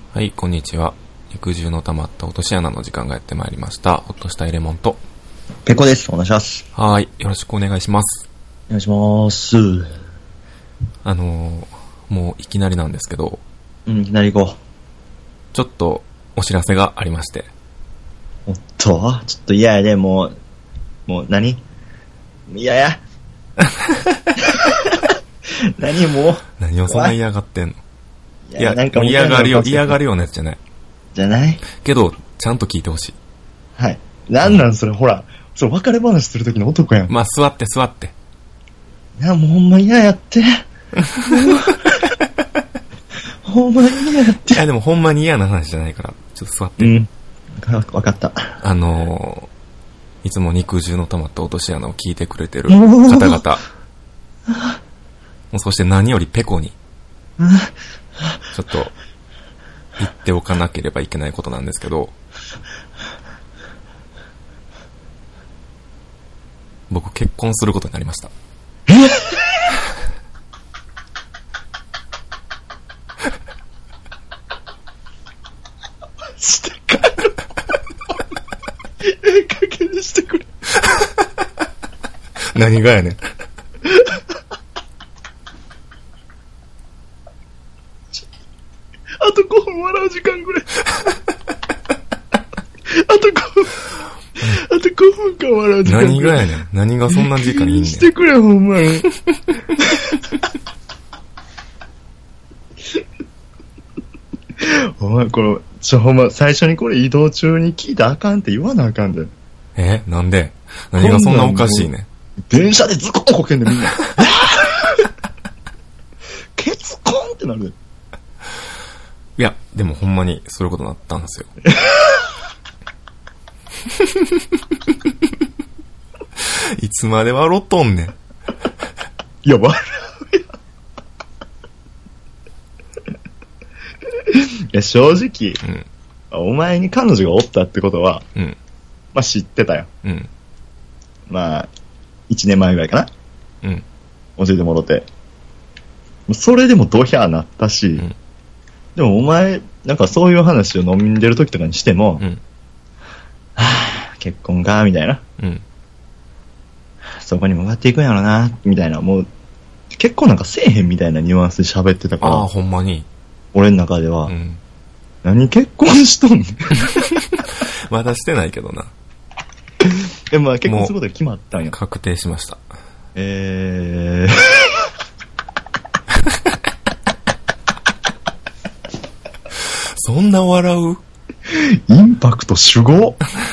はい、こんにちは。肉汁の溜まった落とし穴の時間がやってまいりました。ほっとしたエレモンと。 ペコです。お願いします。 はい、よろしくお願いします。 お願いします。 もういきなりなんですけど。 いきなり行こう。 ちょっとお知らせがありまして。 おっと、ちょっと嫌やで、もう何嫌や。何もう。 何をそんな嫌がってんの？いや、 なんか嫌がるようなやつじゃない。 じゃないけど、ちゃんと聞いてほしい。 はい。なんそれ、ほら。それ別れ話するときの男やん。 まあ、座って。 いや、もうほんま嫌やって。ほんま嫌やって。 いや、でもほんまに嫌な話じゃないから、ちょっと座って。 わかった。 いつも肉汁の溜まった落とし穴を聞いてくれてる方々。そして何よりペコに。ちょっと、言っておかなければいけないことなんですけど、僕結婚することになりました。 してかけにしてくれ。 何がやねん。 あと5分笑う時間ぐらい。あと5分間笑う時間ぐらい。 何がやねん。何がそんな時間いいねん。 してくれ、ほんまに。お前、これ、ほんま、最初にこれ移動中に聞いたらあかんって言わなあかんで。 なんで？何がそんなおかしいねん。 電車でズコンこけんでみんな。ケツコンってなるで。 いや、でもほんまにそういうことになったんですよ。いつまで笑っとんねん。 いや、笑うや。いや、正直、お前に彼女がおったってことは、まあ知ってたよ。まあ、1年前ぐらいかな。教えてもろて。それでもドヒャーなったし、でもお前、なんかそういう話を飲んでる時とかにしても、はぁ、結婚か、みたいな。そこに向かっていくんやろな、みたいな。もう、結構なんかせえへんみたいなニュアンスで喋ってたから。 ああ、ほんまに。 俺の中では。何結婚しとんねん。 まだしてないけどな。 まあ結婚することが決まったんや。 確定しました。そんな笑う？ インパクト主語。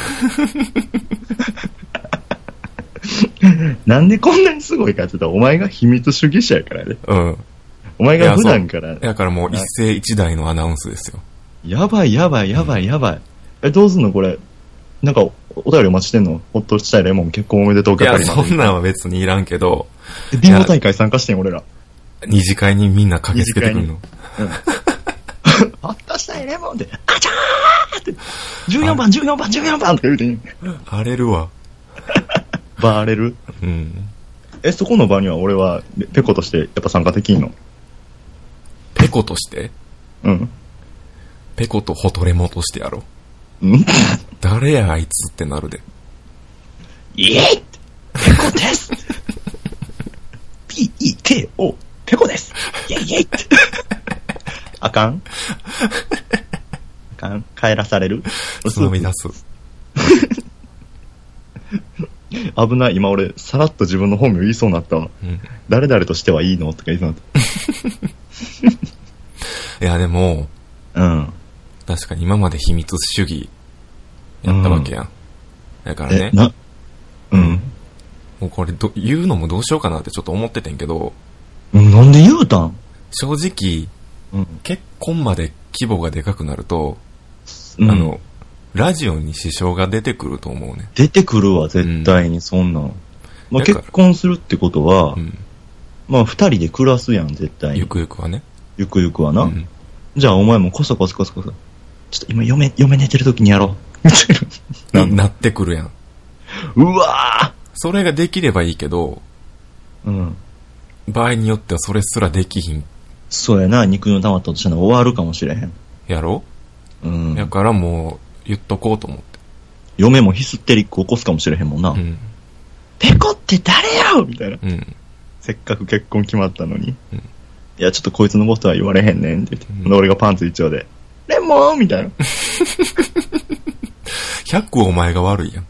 なんでこんなにすごいかって言ったら、お前が秘密主義者やからね。お前が普段から。 だからもう一世一代のアナウンスですよ。 やばい。どうすんのこれ。なんか、お便りお待ちしてんの？ほっとしたいレモン結婚おめでとう係。 いや、そんなんは別にいらんけど。 ビンゴ大会参加してん俺ら。 二次会にみんな駆けつけてくるの。 ほっとしたいレモンって、あちゃーって、14番って言うてん。 荒れるわ。 バーれる？そこの場には俺は、ペコとしてやっぱ参加できんの？ ペコとして？ペコとホトレモとしてやろう。誰やあいつってなるで。 イエイペコです。P-E-K-O ペコです。イエイイエイってあかん帰らされる？ 飲み出す。 危ない。今俺さらっと自分の本名言いそうになったわ。誰々としてはいいのとか言いそうになった。 いやでも、確かに今まで秘密主義やったわけやん。だからね。もうこれ言うのもどうしようかなってちょっと思っててんけど。 なんで言うたん？ 正直、結婚まで規模がでかくなると、ラジオに支障が出てくると思うね。 出てくるわ、絶対に、そんなん。まあ、結婚するってことは、まあ、二人で暮らすやん、絶対に。 ゆくゆくはね。 ゆくゆくはな。じゃあ、お前もこそ。ちょっと今、嫁寝てる時にやろう。なってくるやん。 うわぁ！ それができればいいけど、場合によってはそれすらできひん。 そうやな、肉の溜まったとしたら終わるかもしれへん。 やろ？うん。だからもう、言っとこうと思って。 嫁もヒステリック起こすかもしれへんもんな。うん。ペコって誰やみたいな。うん。せっかく結婚決まったのに。うん。いや、ちょっとこいつのことは言われへんねんって言って。うん、俺がパンツ一丁で、レモンみたいな。 100お前が悪いやん。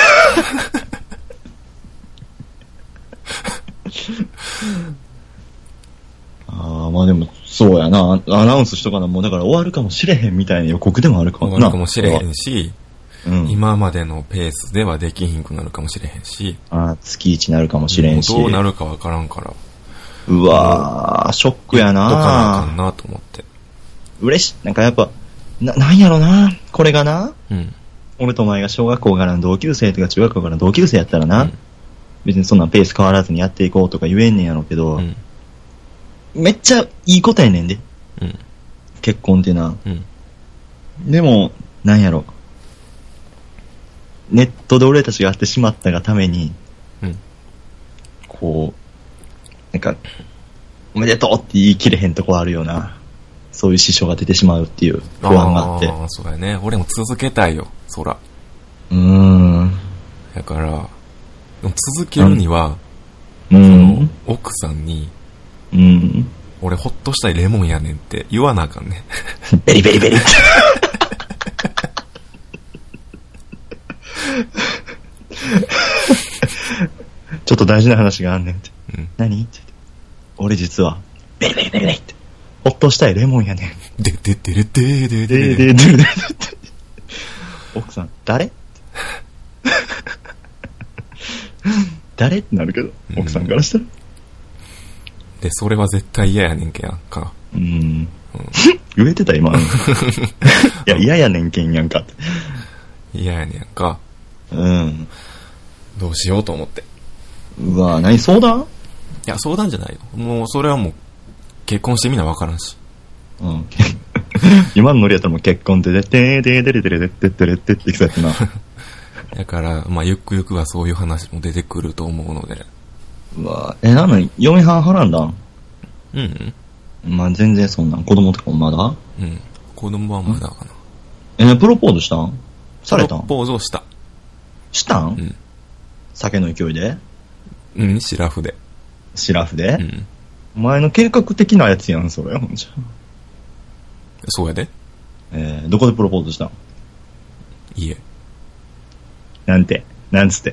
ああ、まあでも、そうやな。アナウンスしとかな、もうだから終わるかもしれへんみたいな予告でもあるかもな。 終わるかもしれへんし、うん、今までのペースではできひんくなるかもしれへんし。 ああ、月1なるかもしれんし。 どうなるかわからんから。 うわー、ショックやな。 どかなあかんなと思って。 嬉しい。なんかやっぱ、なんやろな。これがな。うん。俺とお前が小学校からの同級生とか中学校からの同級生やったらな。うん、別にそんなペース変わらずにやっていこうとか言えんねんやろうけど、うん、めっちゃいいことやねんで。うん。結婚ってな。うん。でも、なんやろ。ネットで俺たちが会ってしまったがために、うん。こう、なんか、おめでとうって言い切れへんとこあるよな。そういう支障が出てしまうっていう不安があって。ああ、 そうやね。俺も続けたいよ、そら。だから、続けるには、その、奥さんに、俺ほっとしたいレモンやねんって言わなあかんね。 ベリベリベリって。ちょっと大事な話があんねんって。うん、何って言って。俺実は、ベリベリベリベリって。ほっとしたいレモンやねん。 でででででででででで奥さん、誰誰ってなるけど、奥さんからしたら。 で、それは絶対嫌やねんけやんか。 言えてた今。いや、嫌やねんけんやんかって。 嫌やねんか。 うん。 どうしようと思って。 うわぁ、何相談？ いや、相談じゃないよ。もう、それはもう、結婚してみな分からんし。 うん。今のノリやったらもう結婚ってで、てーでーでれでれでってってれってってきそうやったな。 だから、まあ、ゆくゆくはそういう話も出てくると思うので。 うわぁ、なのに、嫁はんはらんだん？ うん。 まあ、全然そんなん。子供とかもまだ？ うん。子供はまだかな。プロポーズしたん？されたん？ プロポーズをした。 したん？うん。酒の勢いで？ うん、シラフで。 シラフで？うん。お前の計画的なやつやん、それ。ほんじゃ。 そうやで。 どこでプロポーズしたん？ 家。 なんて？なんつって。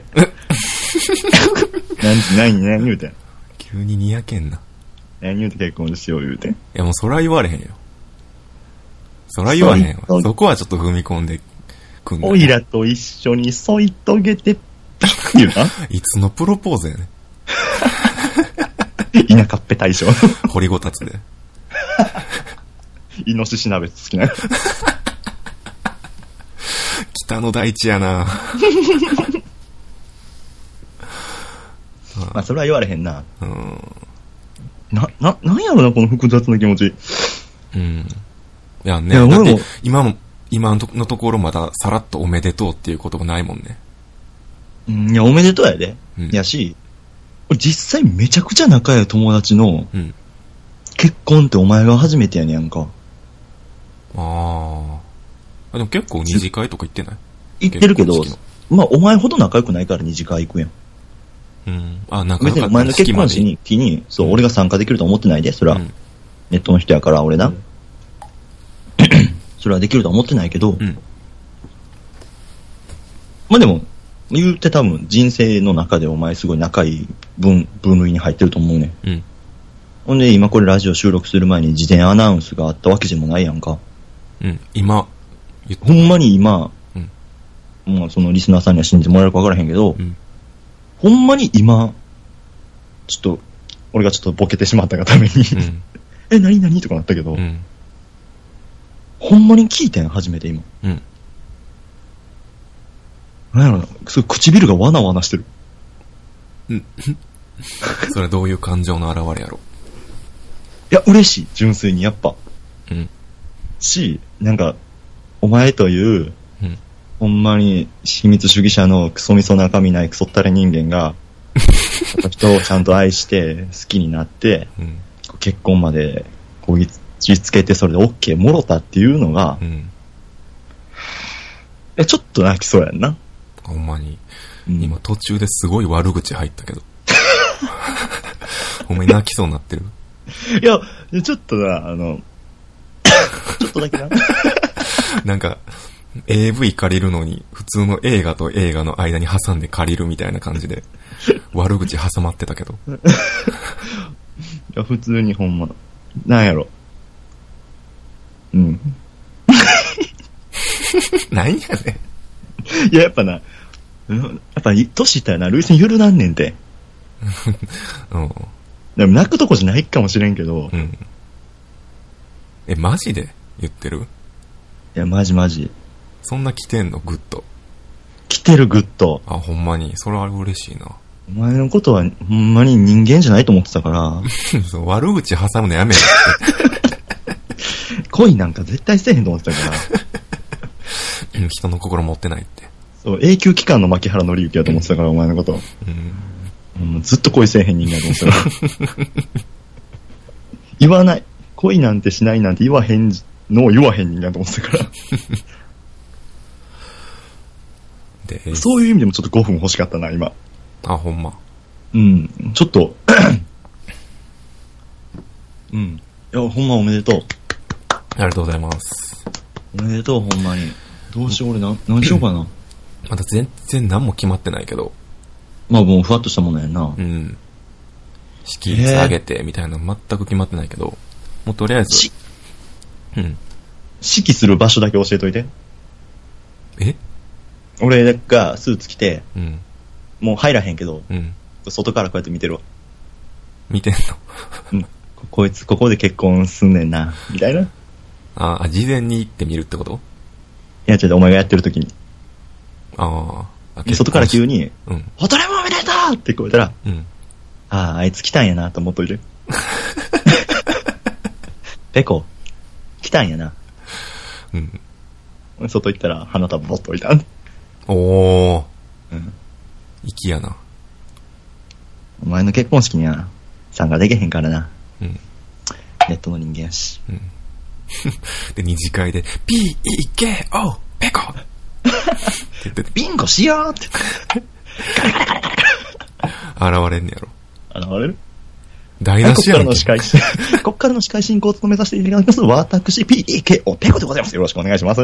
何言うてん？ 急ににやけんな。 何言うて結婚しよう言うてん？いやもうそら言われへんよ。そら言わへんわ。そこはちょっと踏み込んでくんだ。 おいらと一緒に添い遂げて、ピッ言うな。 いつのプロポーズやねん。田舎っぺ大将。 掘りごたつで。 イノシシ鍋好きな。 北の大地やな。 まあそれは言われへんな。なんやろなこの複雑な気持ち。 うん。いやね。だって今のところまださらっとおめでとうっていうことがないもんね。 いやおめでとうやで。やし、実際めちゃくちゃ仲良い友達の結婚ってお前が初めてやねやんか。 ああ。でも結構二次会とか行ってない？ 行ってるけど、まあお前ほど仲良くないから二次会行くやん。 うん。あ、なんか別にお前の結婚式に気に、そう、俺が参加できると思ってないで、それは。ネットの人やから俺な。それはできると思ってないけど、まあでも、言うて多分人生の中でお前すごい仲いい分類に入ってると思うね。ほんで今これラジオ収録する前に事前アナウンスがあったわけでもないやんか。 今、 ほんまに今、まあそのリスナーさんには信じてもらえるか分からへんけど、ほんまに今、ちょっと、俺がちょっとボケてしまったがために、何とかなったけど、ほんまに聞いてん、初めて今。なんやろな、唇がわなわなしてる。 それどういう感情の表れやろ？ いや、嬉しい、純粋にやっぱ。し、なんか、お前という、ほんまに秘密主義者のクソみそ中身ないクソったれ人間が人をちゃんと愛して好きになって、結婚までこぎちつけてそれで OK もろたっていうのが、うん、ちょっと泣きそうやんな。 ほんまに。うん、今途中ですごい悪口入ったけど。ほんまに泣きそうになってる。 いや、ちょっとな、ちょっとだけな。 なんか、AV 借りるのに、普通の映画と映画の間に挟んで借りるみたいな感じで、悪口挟まってたけど。いや、普通にほんま、なんやろ。うん。 なんやねん。いや、やっぱな、やっぱ、年いったらな、類線ゆるなんねんて。うん。でも泣くとこじゃないかもしれんけど。うん。 マジで言ってる？ いや、マジ。 そんな来てんのグッと。 来てるグッと。 あ、ほんまに。それは嬉しいな。 お前のことはほんまに人間じゃないと思ってたから。 そう、悪口挟むのやめろって。恋なんか絶対せえへんと思ってたから。 人の心持ってないって。 そう、永久期間の牧原紀之やと思ってたから、お前のこと。ずっと恋せえへん人間やと思ってたから。言わない。恋なんてしないなんて言わへんのを言わへん人間やと思ってたから。でそういう意味でもちょっと5分欲しかったな、今。 あ、ほんま。 うん、ちょっと、うん。いや、ほんまおめでとう。 ありがとうございます。 おめでとう、ほんまに。どうしよう、俺何しようかな。 まだ全然何も決まってないけど。 まあもうふわっとしたものやんな。 うん。敷率上げてみたいな全く決まってないけど、もうとりあえず。うん。 指揮する場所だけ教えといて。俺がスーツ着て、うん、もう入らへんけど、うん、外からこうやって見てるわ。 見てんのうん。こいつここで結婚すんねんな、みたいな。 あ、事前に行ってみるってこと？ いや、違う、お前がやってる時に。 あ、 外から急に、うん、ホトレモおめでとうって聞こえたら、うん、あいつ来たんやなと思っといて。ペコ、来たんやな。うん。外行ったら花束ぼっと置いた。 おー。うん。粋やな。 お前の結婚式には参加できへんからな。うん。ネットの人間やし。うん。 で、二次会で、PEKO! ペコって言ってビンゴしようって。ガラガラガラガラ。現れんねやろ。 現れる？ 台無しやんけ。 こっからの司会進行を務めさせていただきます。私、PEKO ペコでございます。よろしくお願いします。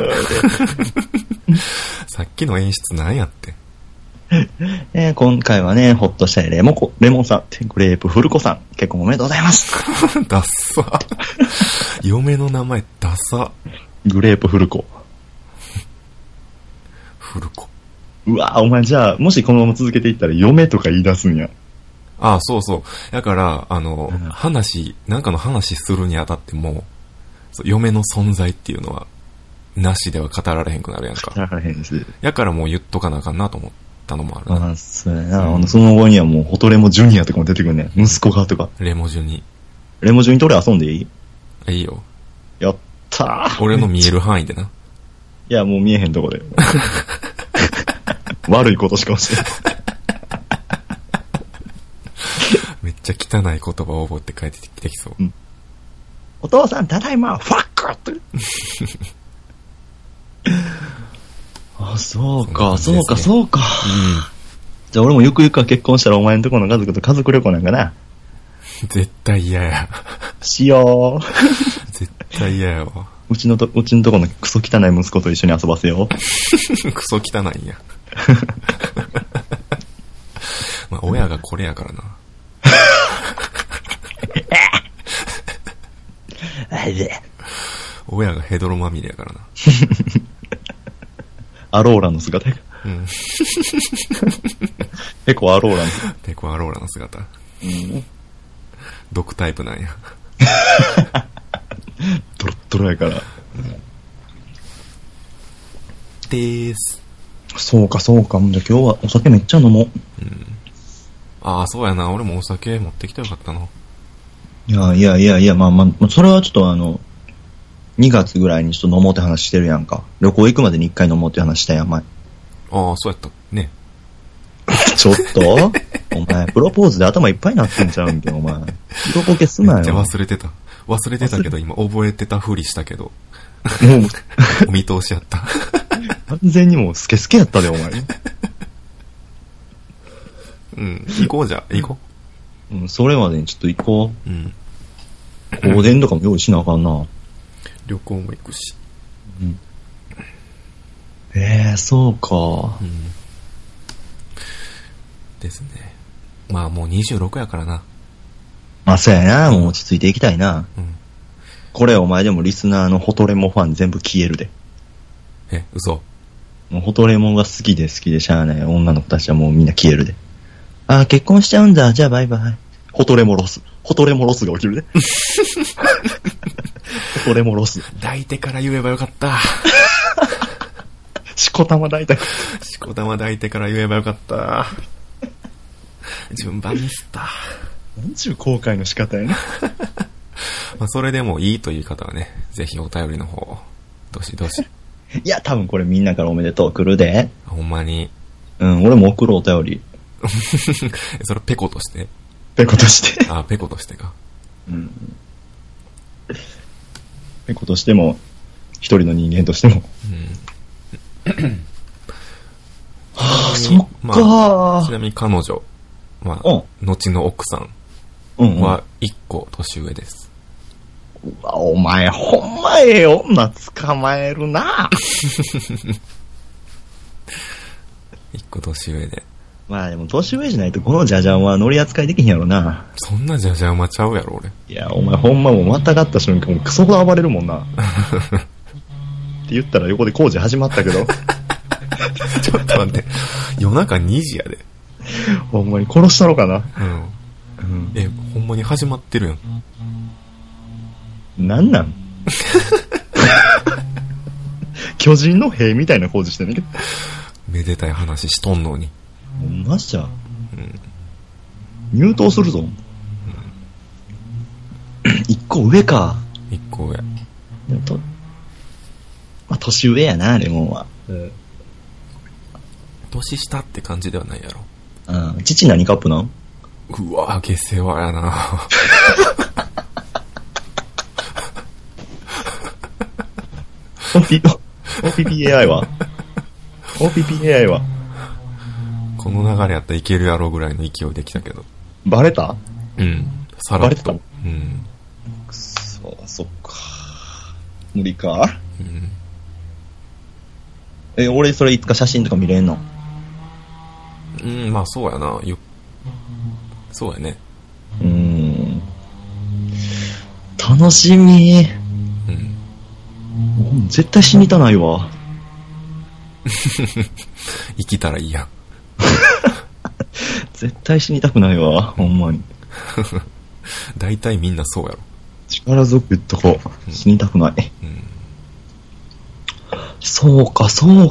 さっきの演出なんやって。 今回はね、ほっとしたいレモンさん、グレープフルコさん、結婚おめでとうございます。 ダッサ。嫁の名前ダサ。 グレープフルコ。 フルコ。 うわ、お前じゃあ、もしこのまま続けていったら嫁とか言い出すんや。 ああ、そうそう。だから、なんかの話するにあたっても、嫁の存在っていうのは、なしでは語られへんくなるやんか。 語られへんし。 やからもう言っとかなあかんなと思ったのもあるな。 ああ、そうやな。うん、その後にはもう、ホトレモジュニアとかも出てくるね。息子がとか。 レモジュニ。 レモジュニと俺遊んでいい？ いいよ。 やったー。 俺の見える範囲でな。 いや、もう見えへんとこで。悪いことしかしてない。 めっちゃ汚い言葉を覚えて帰ってきてきそう。うん、 お父さん、ただいま、ファックって。あ、そうか、ね、そうか。うん。じゃあ俺もゆくゆくは結婚したらお前のとこの家族と家族旅行なんかな。 絶対嫌や。 しよう。 絶対嫌やわ。 うちのとこのクソ汚い息子と一緒に遊ばせよう。 クソ汚いんや。まあ親がこれやからな。親がヘドロまみれやからな。 アローラの姿や。うん。ペコアローラの。 ペコアローラの姿。うん。毒タイプなんや。 ドロッドロやから。 でーす。 そうか。じゃあ今日はお酒めっちゃ飲もう。うん。 ああ、そうやな。俺もお酒持ってきてよかったな。 いや、まあ、それはちょっと2月ぐらいにちょっと飲もうって話してるやんか。旅行行くまでに1回飲もうって話したやん、前。 ああ、そうやった。ね。 ちょっとお前、プロポーズで頭いっぱいになってんちゃうんけ、お前。色ボケすなよ。 めっちゃ忘れてた。 忘れてたけど、今覚えてたふりしたけど。もう、お見通しやった。 完全にもうスケスケやったで、お前。 うん、行こうじゃ、行こう。うん、それまでにちょっと行こう。うん。 香典とかも用意しなあかんな。 旅行も行くし。 うん。そうか。うん。 ですね。まあもう26やからな。 まあそうやな、もう落ち着いていきたいな。うん。これお前でもリスナーのホトレモファン全部消えるで。 嘘。 もうホトレモが好きでしゃあない女の子たちはもうみんな消えるで。ああ、結婚しちゃうんだ。じゃあバイバイ。ホトレモロスが起きるで。ホトレモロス。 抱いてから言えばよかった。 しこたま抱いてから言えばよかった。順番ミスった。 なんちゅう後悔の仕方やね。 まあそれでもいいという方はね、ぜひお便りの方、どしどし。 いや、多分これみんなからおめでとう来るで。 ほんまに。 うん、俺も送るお便り。 それペコとして。 ペコとして。 あ、ペコとしてか。 うん。ペコとしても、一人の人間としても。うん。はあ、そっか、 まあ、ちなみに彼女、まあ、後の奥さんは一個年上です。 うわ、お前ほんまええ女捕まえるな。 一個年上で。 まあでも年上じゃないとこのジャジャンは乗り扱いできへんやろな。 そんなジャジャンはちゃうやろ俺。 いやお前ほんまもうまたがった瞬間もうクソほど暴れるもんな。って言ったら横で工事始まったけど。 ちょっと待って、夜中2時やで。 ほんまに殺したのかな。 うん。ほんまに始まってるやん。なんなん巨人の兵みたいな工事してんねんけど。 めでたい話しとんのに。 ほんまじゃ。うん。入党するぞ。うん、一個上か。 一個上。 まあ、年上やな、レモンは。 年下って感じではないやろ。 うん。父何カップなん？ うわぁ、下世話やな OPPAI は ?OPPAI はこの流れやったらいけるやろぐらいの勢いできたけど。 バレた？ うん。さらっと。バレた？うん。 そっか。無理か。うん。俺それいつか写真とか見れんの？ うん、まあそうやな。そうやね。 楽しみ。うん。絶対死にたないわ。 生きたらいいやん。 絶対死にたくないわ、ほんまに。 大体みんなそうやろ。 力強く言っとこう。死にたくない。うん、そうか。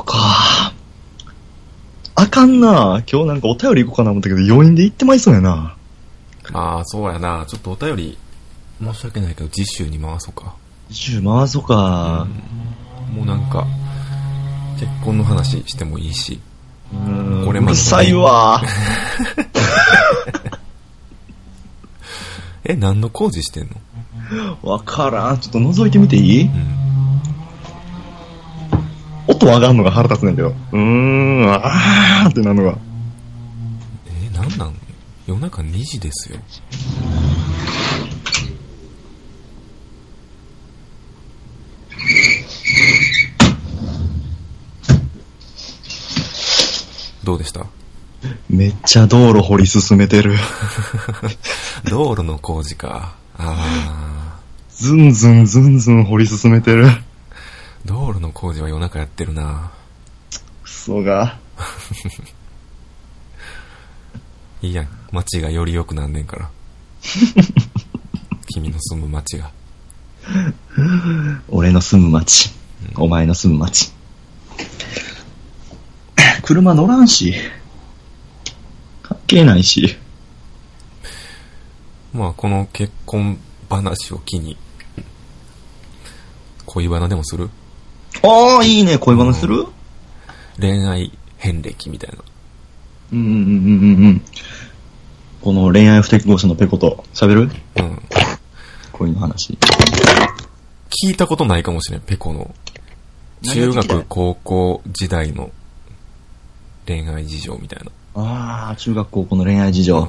あかんな。今日なんかお便り行こうかな思ったけど、余韻で行ってまいそうやな。 ああ、そうやな。ちょっとお便り、申し訳ないけど、次週に回そうか。 次週回そうか。 もうなんか、結婚の話してもいいし。 これまでうるさいわ。 何の工事してんの？わからん。ちょっと覗いてみていい？音上がんのが腹立つねんけど。あーってなるのが。 なんなん？夜中2時ですよ。どうでした？ めっちゃ道路掘り進めてる。 道路の工事か。あー。ずんずん掘り進めてる。 道路の工事は夜中やってるな。 クソが。 いいやん。街がより良くなんねんから。君の住む街が。 俺の住む街。お前の住む街。車乗らんし。関係ないし。 まあこの結婚話を機に恋バナでもする？ ああ、いいね。恋バナする？ 恋愛遍歴みたいな。 この恋愛不適合者のペコと喋る？ 恋の話。 聞いたことないかもしれん、ペコの。中学、高校時代の恋愛事情みたいな。 ああ、中学高校の恋愛事情。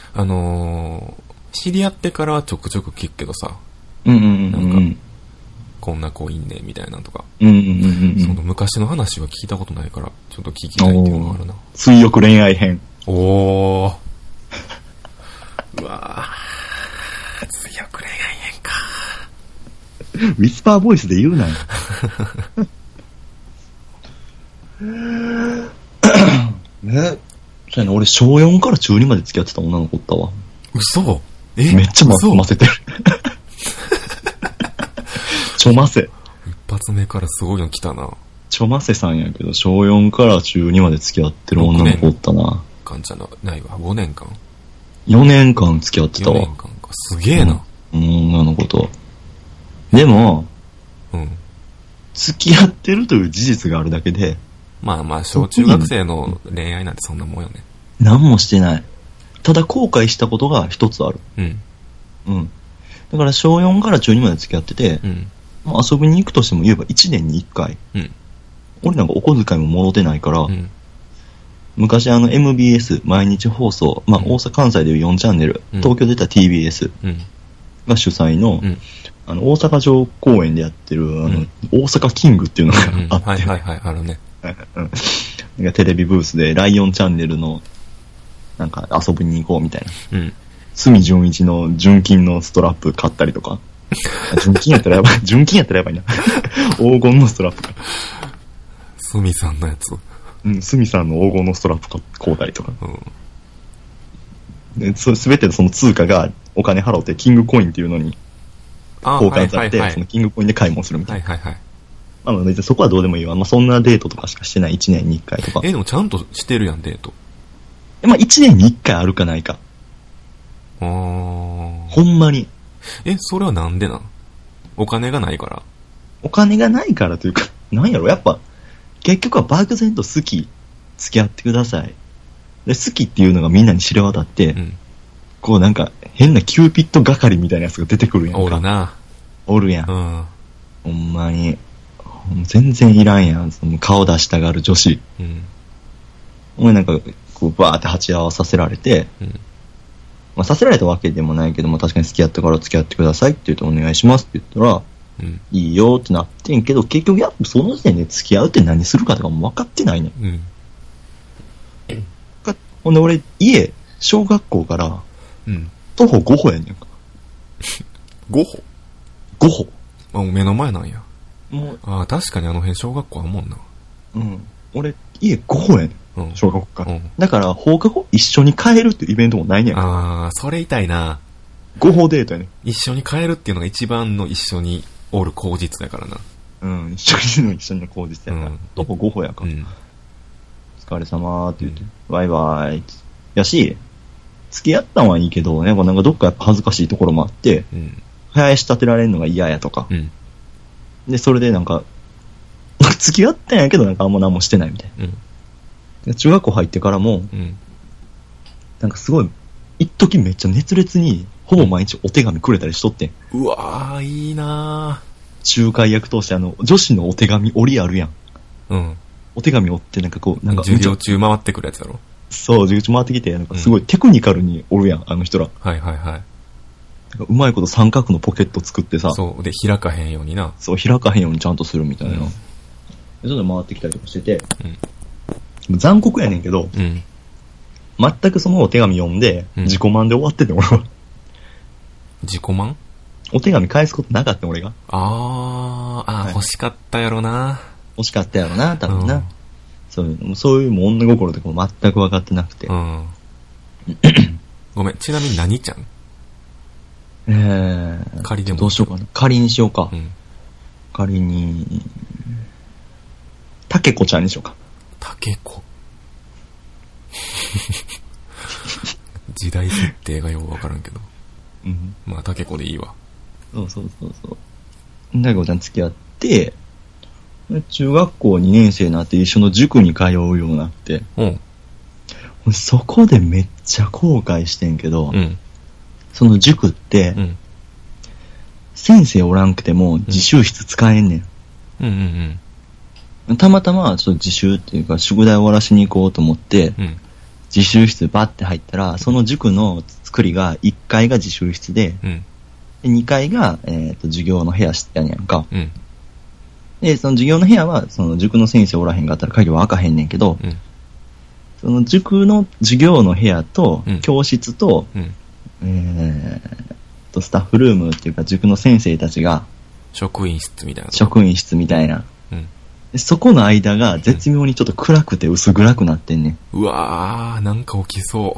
知り合ってからはちょくちょく聞くけどさ。 なんか、 こんな子いんねみたいなとか。 その昔の話は聞いたことないから、ちょっと聞きたいっていうのがあるな。 追憶恋愛編。 おー。うわー。追憶恋愛編か。 ウィスパーボイスで言うなよ。ね、そうやな、俺小4から中2まで付き合ってた女の子おったわ。 嘘？ めっちゃませてる。ちょませ。 一発目からすごいの来たな。 ちょませさんやけど、小4から中2まで付き合ってる女の子おったな。 かんちゃんのないわ、5年間。 4年間付き合ってたわ。 4年間か。すげえな。 女の子と。でも、付き合ってるという事実があるだけで。 まあまあ、小中学生の恋愛なんてそんなもんよね。 何もしてない。ただ後悔したことが一つある。だから小4から中2まで付き合ってて、遊びに行くとしても言えば1年に1回。俺なんかお小遣いももろてないから、昔MBS 毎日放送、まあ大阪関西でいう4チャンネル、東京でた TBS が主催の、大阪城公園でやってる、大阪キングっていうのがあって。 あるね。 なんかテレビブースでライオンチャンネルの、なんか遊びに行こうみたいな。隅純一の純金のストラップ買ったりとか。純金やったらやばい。純金やったらやばいな。黄金のストラップか。 隅さんのやつ。 隅さんの黄金のストラップ買うたりとか。すべてのその通貨がお金払うてキングコインっていうのに交換されて、そのキングコインで買い物するみたいな。まあ別にそこはどうでもいいわ。まあそんなデートとかしかしてない1年に1回とか。 でもちゃんとしてるやん、デート。 まあ1年に1回あるかないか。ほんまに。 それはなんでなん？お金がないから。 お金がないからというか、なんやろ、やっぱ、結局は漠然と好き、付き合ってください。で、好きっていうのがみんなに知れ渡って、こうなんか変なキューピッド係みたいなやつが出てくるやんか。 おるな。 おるやん。ほんまに。全然いらんやん。その顔出したがる女子。お前なんか、こうバーって鉢合わさせられて、まあさせられたわけでもないけども、確かに付き合ってから付き合ってくださいって言ってお願いしますって言ったら、いいよってなってんけど、結局やっぱその時点で付き合うって何するかとかも分かってないね。ほんで俺、小学校から、徒歩5歩やねんか。 5歩 ?5 歩。 もう目の前なんや。 もう確かにあの辺小学校あんもんな。 俺、5歩やねん。小学校から。だから、放課後一緒に帰るっていうイベントもないねん。 それ痛いな。 5歩デートやねん。 一緒に帰るっていうのが一番の一緒におる口実だからな。 一緒の口実やから。徒歩5歩やから。お疲れ様って言って、バイバイって。やし、付き合ったんはいいけど、なんかどっかやっぱ恥ずかしいところもあって、林立てられるのが嫌やとか。で、それでなんか、付き合ったんやけどなんかあんま何もしてないみたいな。中学校入ってからも、なんかすごい、一時めっちゃ熱烈に、ほぼ毎日お手紙くれたりしとってん。 うわー、いいなー。仲介役として女子のお手紙折りあるやん。お手紙折ってなんかこう、なんか。 授業中回ってくるやつだろ？ そう、授業中回ってきて、なんかすごいテクニカルにおるやん、あの人ら。うまいこと三角のポケット作ってさ。 そう、で、開かへんようにな。 そう、開かへんようにちゃんとするみたいな。それで回ってきたりとかしてて、残酷やねんけど、全くそのお手紙読んで、自己満で終わってて、俺は。 自己満？ お手紙返すことなかった、俺が。 欲しかったやろな。 欲しかったやろな、多分な。そういうもう女心とかも全く分かってなくて。 ごめん、ちなみに何ちゃん？仮でもどうしようかな。仮にしようか。仮に、タケコちゃんにしようか。 タケコ時代設定がよくわからんけど。まあ、タケコでいいわ。 そう。タケコちゃん付き合って、中学校2年生になって一緒の塾に通うようになって、そこでめっちゃ後悔してんけど、その塾って、 先生おらんくても自習室使えんねん。 うんうんうん。たまたま、ちょっと自習っていうか、宿題終わらしに行こうと思って、うん、自習室バッて入ったら、その塾の作りが、1階が自習室で、うん、で2階が、授業の部屋やねんか。うん、で、その授業の部屋は、その塾の先生おらへんかったら鍵は開かへんねんけど、うん、その塾の授業の部屋と、教室と、うん、スタッフルームっていうか、塾の先生たちが、 職員室みたいな。 職員室みたいな。うん、でそこの間が絶妙にちょっと暗くて薄暗くなってんねん。 うわー、なんか起きそう。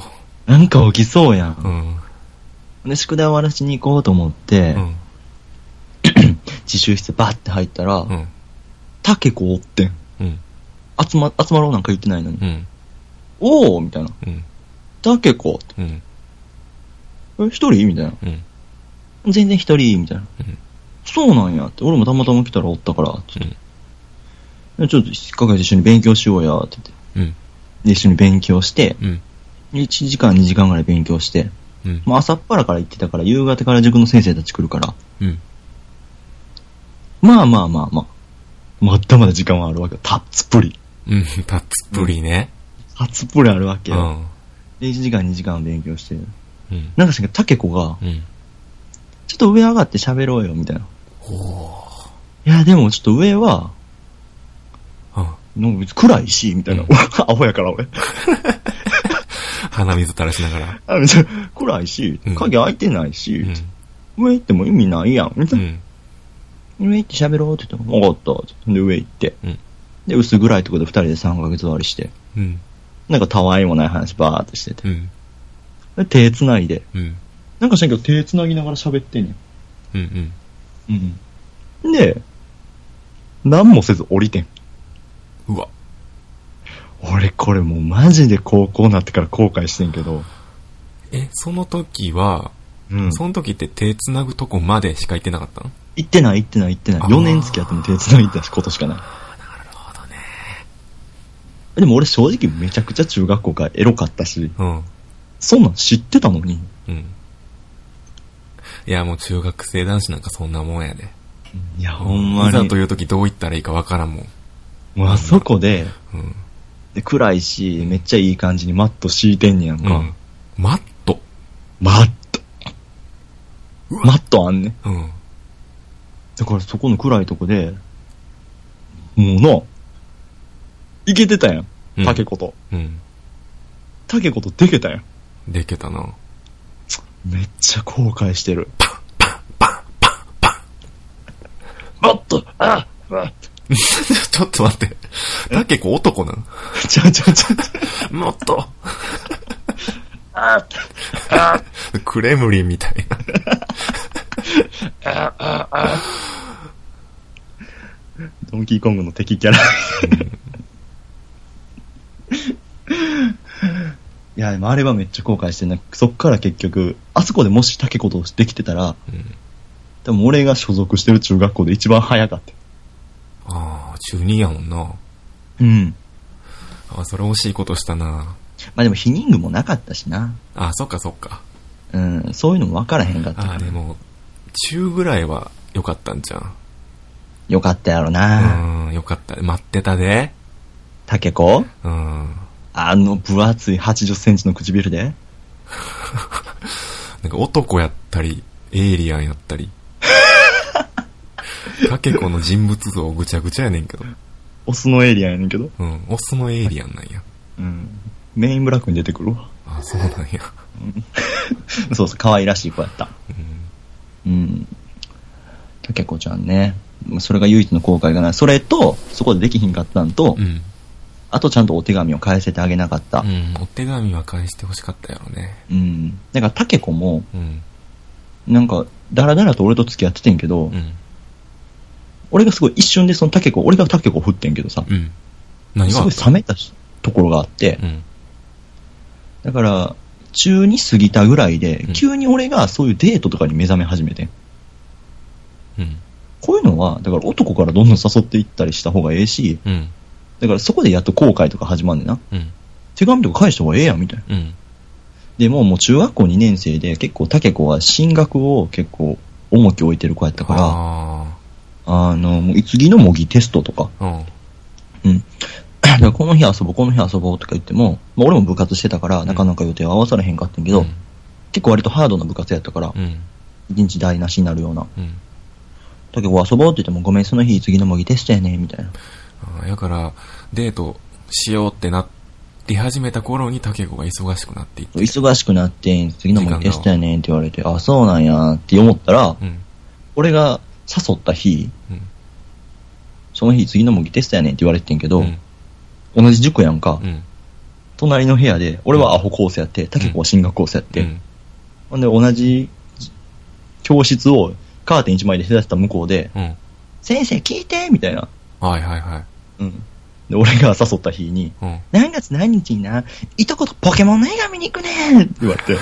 なんか起きそうやん。うん、で、宿題終わらしに行こうと思って、うん、自習室バッて入ったら、タケコおってん。うん、集まろうなんか言ってないのに。うん、おーみたいな。タケコって。一人みたいな。全然一人みたいな。そうなんやって。俺もたまたま来たらおったから、つって。ちょっと引っかけて一緒に勉強しようや、って言って。で、一緒に勉強して、1時間2時間ぐらい勉強して、まあ朝っぱらから行ってたから、夕方から塾の先生たち来るから、まあ、まだまだ時間はあるわけよ。たっつぷり。 たっつぷりね。 たっつぷりあるわけよ。で、1時間2時間勉強して、なんかしかタケコが、ちょっと上上がって喋ろうよ、みたいな。いや、でもちょっと上は、なんか暗いし、みたいな。アホやから、俺。 鼻水垂らしながら。 暗いし、鍵開いてないし、上行っても意味ないやん、みたいな。上行って喋ろうって言ったら、分かった。で、上行って。で、薄暗いところで2人で3ヶ月終わりして。なんかたわいもない話バーってしてて。で、手繋いで。なんかしないけど手繋ぎながら喋ってんねん。で、何もせず降りてん。 うわ。 俺これもうマジで高校になってから後悔してんけど。 その時は、その時って手繋ぐとこまでしか行ってなかったの？ 行ってない。4年付き合っても手繋いでたし、ことしかない。 なるほどね。 でも俺正直めちゃくちゃ中学校からエロかったし、そんなん知ってたのに。 いや、もう中学生男子なんかそんなもんやで。 いや、ほんまに。 いざという時どう言ったらいいかわからんもん。 もうあそこで、で暗いし、めっちゃいい感じにマット敷いてんねやんか。 マットマットあんね。だからそこの暗いとこで、もうな、いけてたやん。タケコと。タケコとでけたやん。 でけたな。 めっちゃ後悔してる。もっと、 ちょっと待って。タケコ男なの？もっと。クレムリンみたいな。 ドンキーコングの敵キャラ。いや、でもあれはめっちゃ後悔してんな。そっから結局、あそこでもしタケコとできてたら、多分俺が所属してる中学校で一番早かった。 中2やもんな。それ惜しいことしたな。 まあでも避妊具もなかったしな。 そっか。 そういうのも分からへんかった。 でも、中ぐらいは良かったんじゃん。 よかったやろな。 よかった。待ってたで。 タケコ？分厚い80センチの唇でなんか男やったり、エイリアンやったり。タケコの人物像ぐちゃぐちゃやねんけど。 オスのエイリアンやねんけど。 オスのエイリアンなんや。 メインブラックに出てくるわ。 そうなんや。 そう、可愛らしい子やった。タケコちゃんね。それが唯一の後悔がない。それと、そこでできひんかったんと、あとちゃんとお手紙を返せてあげなかった。 お手紙は返してほしかったやろね。 だからタケコも、なんか、だらだらと俺と付き合っててんけど、俺がすごい一瞬でそのタケコ、俺がタケコを振ってんけどさ、 何がすごい冷めたところがあって、だから、中2過ぎたぐらいで、急に俺がそういうデートとかに目覚め始めてん。こういうのは、だから男からどんどん誘っていったりした方がええし、だからそこでやっと後悔とか始まんねんな。手紙とか返した方がええやん、みたいな。でもう中学校2年生で結構タケコは進学を結構重きを置いてる子やったから、もう次の模擬テストとか、うん。だからこの日遊ぼう、この日遊ぼうとか言っても、まあ俺も部活してたから、なかなか予定合わされへんかったんけど、結構割とハードな部活やったから、一日台無しになるような。だけど遊ぼうって言っても、ごめん、その日次の模擬テストやね、みたいな。 だから、デートしようってなり始めた頃に竹子が忙しくなっていって。 忙しくなって、次の模擬テストやねんって言われて、あ、そうなんやって思ったら、俺が誘った日、その日次の模擬テストやねんって言われてんけど、同じ塾やんか、隣の部屋で、俺はアホコースやって、竹子は進学コースやって、ほんで同じ教室をカーテン1枚で隔てた向こうで、先生聞いてみたいな。 はいはいはい。 で、俺が誘った日に、何月何日にな、いとことポケモンの映画見に行くねって言われて。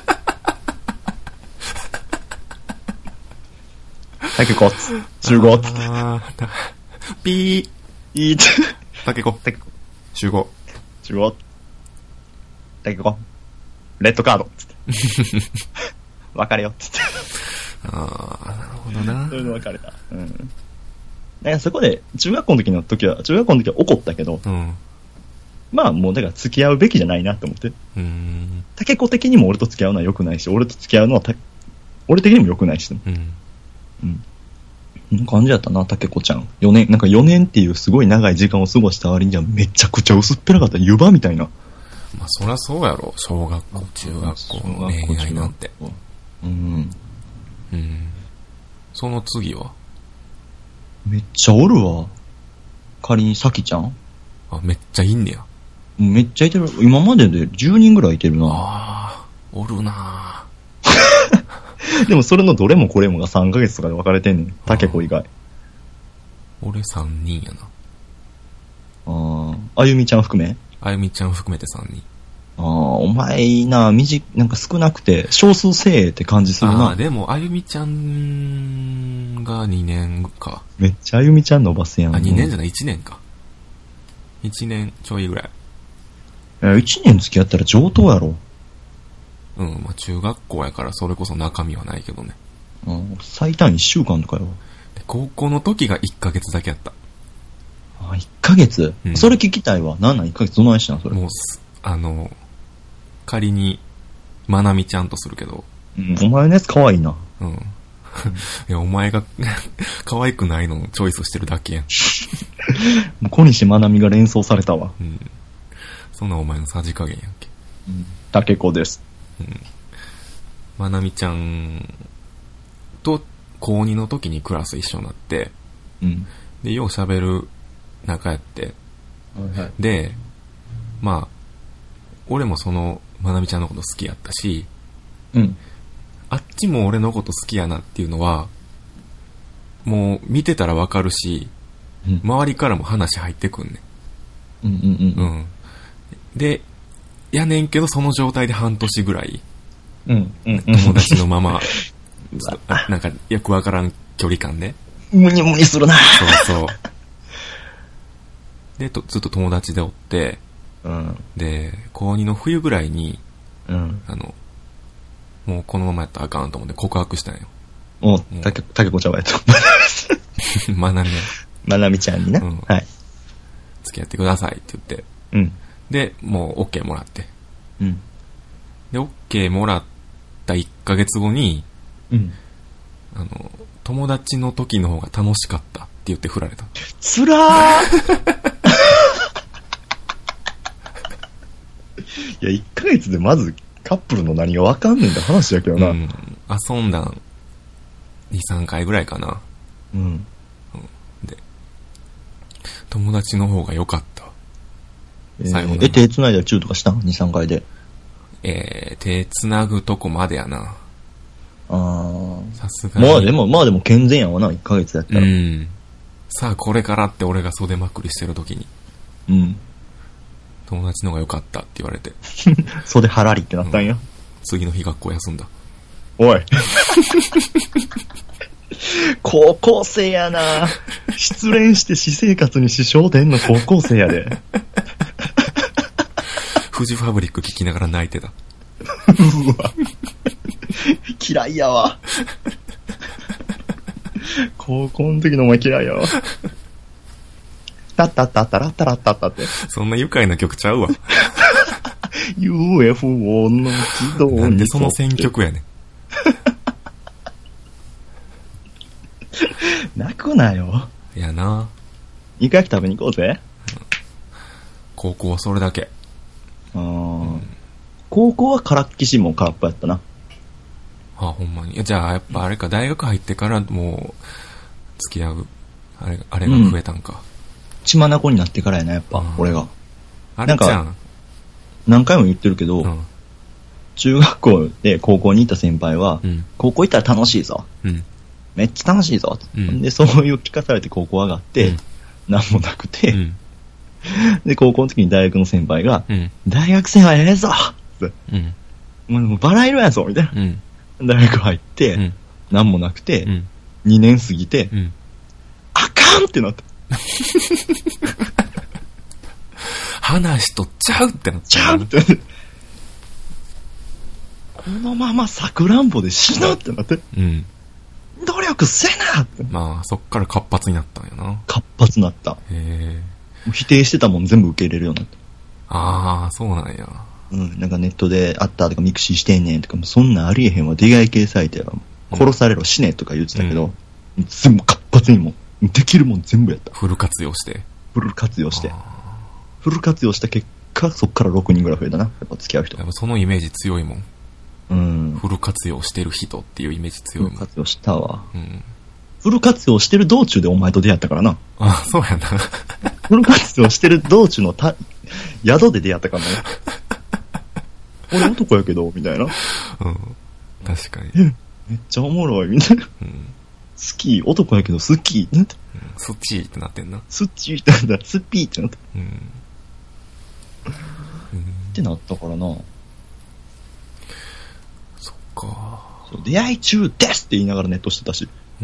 竹子、集合って。 ピー。竹子、集合。 集合。竹子、レッドカード。つって。別れよ。つって。 なるほどな。 それで別れた。だからそこで、中学校の時は怒ったけど、まあもうだから付き合うべきじゃないなって思って。竹子的にも俺と付き合うのは良くないし、俺と付き合うのは俺的にも良くないし。こんな感じやったな、竹子ちゃん。4年っていうすごい長い時間を過ごした割にはめちゃくちゃ薄っぺらかった湯葉みたいな。 まあそりゃそうやろ。小学校、中学校の恋愛なんて。その次はめっちゃおるわ。仮にさきちゃん。 めっちゃいんねや。 めっちゃいてる。今までで10人ぐらいいてるな。 おるなでもそれのどれもこれもが3ヶ月とかで分かれてんねん。竹子以外。 俺3人やな。あゆみちゃん含めあゆみちゃん含めて3人。 お前な、なんか少なくて、少数精鋭って感じするな。 でも、あゆみちゃんが2年か。 めっちゃあゆみちゃん伸ばすやん。 2年じゃない、1年か。1年ちょいぐらい。 1年付き合ったら上等やろ。 まあ中学校やからそれこそ中身はないけどね。 最短1週間とかよ。 で高校の時が1ヶ月だけやった。 1ヶ月、それ聞きたいわ。1ヶ月どないしたんそれ。 もう、仮に、まなみちゃんとするけど。 お前のやつ可愛いな。 いや、お前が可愛くないのをチョイスしてるだけやん。 小西まなみが連想されたわ。 そんなお前のさじ加減やんけ。 竹子です。 まなみちゃんと高2の時にクラス一緒になって、で、よう喋る仲やって、で、まあ、俺もそのまなみちゃんのこと好きやったし、あっちも俺のこと好きやなっていうのは、もう見てたらわかるし、周りからも話入ってくんねん。で、やねんけどその状態で半年ぐらい、友達のまま、なんかよくわからん距離感で。 ムニムニするな。 そう。で、ずっと友達でおって、で、高2の冬ぐらいに、もうこのままやったらあかんと思って告白したんよ。 竹子ちゃんはやった。 まなみ。 まなみちゃんにな。はい。 付き合ってくださいって言って。で、もう OK もらって。で、OK もらった1ヶ月後に、友達の時の方が楽しかったって言って振られた。 つらーいや、1ヶ月でまずカップルの何が分かんねんって話やけどな。 遊んだん2、3回ぐらいかな。で、友達の方が良かった。最後手繋いだらチューとかしたん ?2、3回で。 手繋ぐとこまでやな。さすがに。 まあでも健全やわな、1ヶ月やったら。 さあ、これからって俺が袖まくりしてる時に。友達の方が良かったって言われて。 袖はらりってなったんや。 次の日学校休んだ。 おい。高校生やな。失恋して私生活に支障出んの高校生やで。 フジファブリック聞きながら泣いてた。 うわ。嫌いやわ。 高校の時のお前嫌いよ。タッタッタッタラッタラッタッタって。 そんな愉快な曲ちゃうわ。 UFO の軌道に。 なんでその選曲やねん。 泣くなよ。 いやな。 イカ焼き食べに行こうぜ。 高校はそれだけ。 高校はからっきしも空っぽやったな。 あ、ほんまに。じゃあやっぱあれか、大学入ってからもう付き合うあれが増えたんか。 血眼になってからやな、やっぱ俺が。 あれじゃん。 何回も言ってるけど、中学校で高校に行った先輩は、高校行ったら楽しいぞ。めっちゃ楽しいぞ。で、そういう聞かされて高校上がって、なんもなくて、で、高校の時に大学の先輩が、大学生はええぞって、もうバラ色やぞみたいな。大学入って、なんもなくて、2年過ぎて、あかんってなった。 話とちゃうってなっちゃうってなって。このままさくらんぼで死ぬってなって。努力せなって。 まあ、そっから活発になったんやな。 活発になった。否定してたもん全部受け入れるようになった。 ああ、そうなんや。 なんかネットであったとかミクシーしてんねんとか、もそんなんありえへんわ。出会い系サイトやわ。殺されろ死ねとか言ってたけど、全部活発にもできるもん全部やった。 フル活用して。 フル活用した結果、そっから6人ぐらい増えたな。やっぱ付き合う人。 やっぱそのイメージ強いもん。フル活用してる人っていうイメージ強いもん。 フル活用したわ。フル活用してる道中でお前と出会ったからな。 あ、そうやな。 フル活用してる道中の宿で出会ったからね。俺男やけど、みたいな。 確かに。 めっちゃおもろい、みたいな。好き、男やけど好き。 スッチーってなってんな。 スッチーってなったら、スッピーってなった。ってなったからな。 そっか。 出会い中ですって言いながらネットしてたし。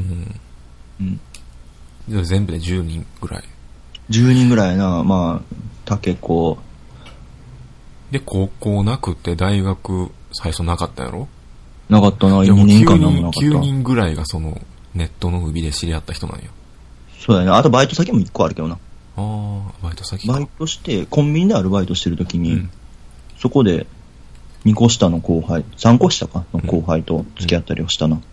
じゃあ全部で10人ぐらい。 10人ぐらいな、まあ、竹子。 で、高校なくて大学最初なかったやろ？ なかったな、2年間なんもなかった。 9人ぐらいがそのネットの海で知り合った人なんや。 そうだね。あとバイト先も1個あるけどな。 バイト先か。 バイトして、コンビニでアルバイトしてるときに、そこで2個下の後輩、3個下かの後輩と付き合ったりをしたな。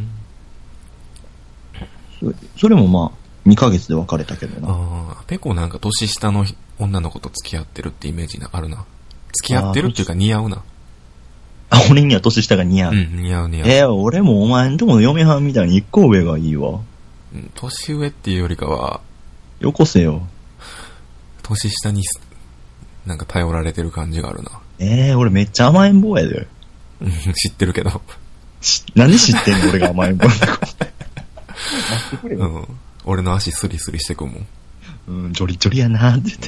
それもまあ、2ヶ月で別れたけどな。 ペコなんか年下の女の子と付き合ってるってイメージあるな。付き合ってるっていうか似合うな。 俺には年下が似合う。 似合う。 俺もお前んとこの嫁はんみたいに1個上がいいわ。 年上っていうよりかは、 よこせよ。 年下になんか頼られてる感じがあるな。 俺めっちゃ甘えん坊やで。 知ってるけど。 なんで知ってんの俺が甘えん坊やだ。待ってくれよ。 俺の足スリスリしてくもん。ジョリジョリやなって言って。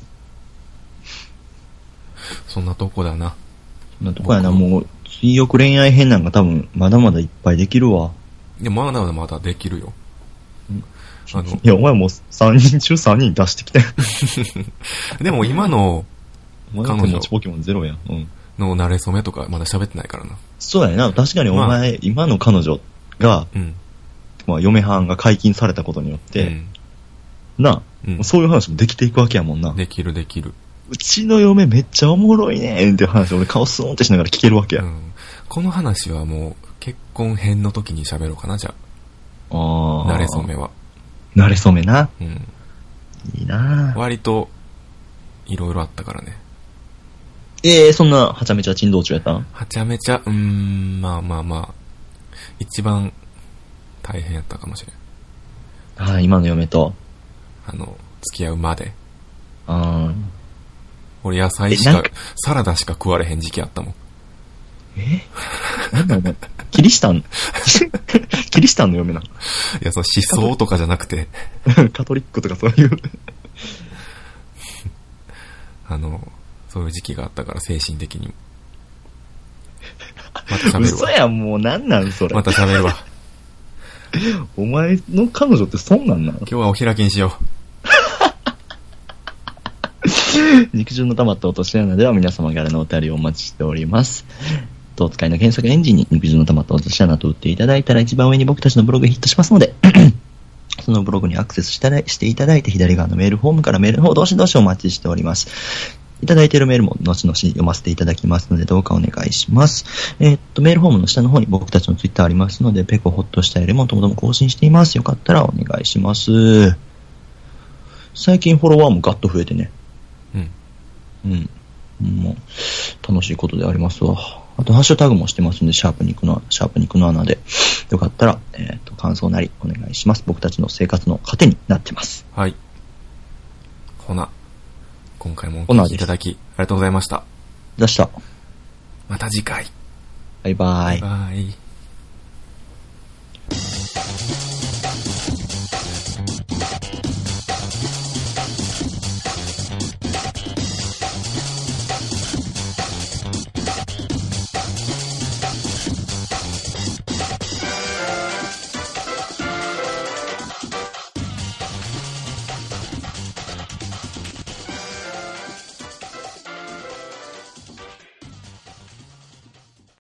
そんなとこだな。 そんなとこやな。もう、追憶恋愛編なんか多分、まだまだいっぱいできるわ。 いや、まだまだできるよ。 いや、お前もう3人中3人出してきて。 でも今の彼女持ちポケモンゼロやん。 の慣れ初めとかまだ喋ってないからな。 そうやな。確かにお前、今の彼女が、まあ、嫁はんが解禁されたことによって、そういう話もできていくわけやもんな。 できる。 うちの嫁めっちゃおもろいねんっていう話、俺顔スーンってしながら聞けるわけや。 この話はもう結婚編の時に喋ろうかな、じゃあ。慣れ初めは。 慣れ初めな。いいなぁ。 割と、いろいろあったからね。 そんな、はちゃめちゃ珍道中やったん？ はちゃめちゃ、まあ、一番大変やったかもしれん。 今の嫁と。 付き合うまで。俺野菜サラダしか食われへん時期あったもん。 なんだお前、キリシタンの嫁なの？いや、思想とかじゃなくて。 カトリックとかそういう。 そういう時期があったから、精神的にも。また喋るわ。 嘘やん、もうなんなんそれ。 また喋るわ。 お前の彼女ってそんなんなの？ 今日はお開きにしよう。 肉汁の溜まった落とし穴では皆様からのお便りをお待ちしております。 トを使いの検索エンジンに肉汁の玉とシャナと打っていただいたら一番上に僕たちのブログヒットしますので、そのブログにアクセスしていただいて左側のメールフォームからメールの方どしどしお待ちしております。いただいているメールも後々読ませていただきますのでどうかお願いします。メールフォームの下の方に僕たちのツイッターありますので、ペコホッとしたよりもともとも更新しています。よかったらお願いします。最近フォロワーもガッと増えてね。もう楽しいことでありますわ。あとハッシュタグもしてますんで、シャープ肉の穴でよかったら、感想なりお願いします。僕たちの生活の糧になってます。 はい。ほな、今回もお聞きいただきありがとうございました。 でした。 また次回。 バイバイ。 バイバイ。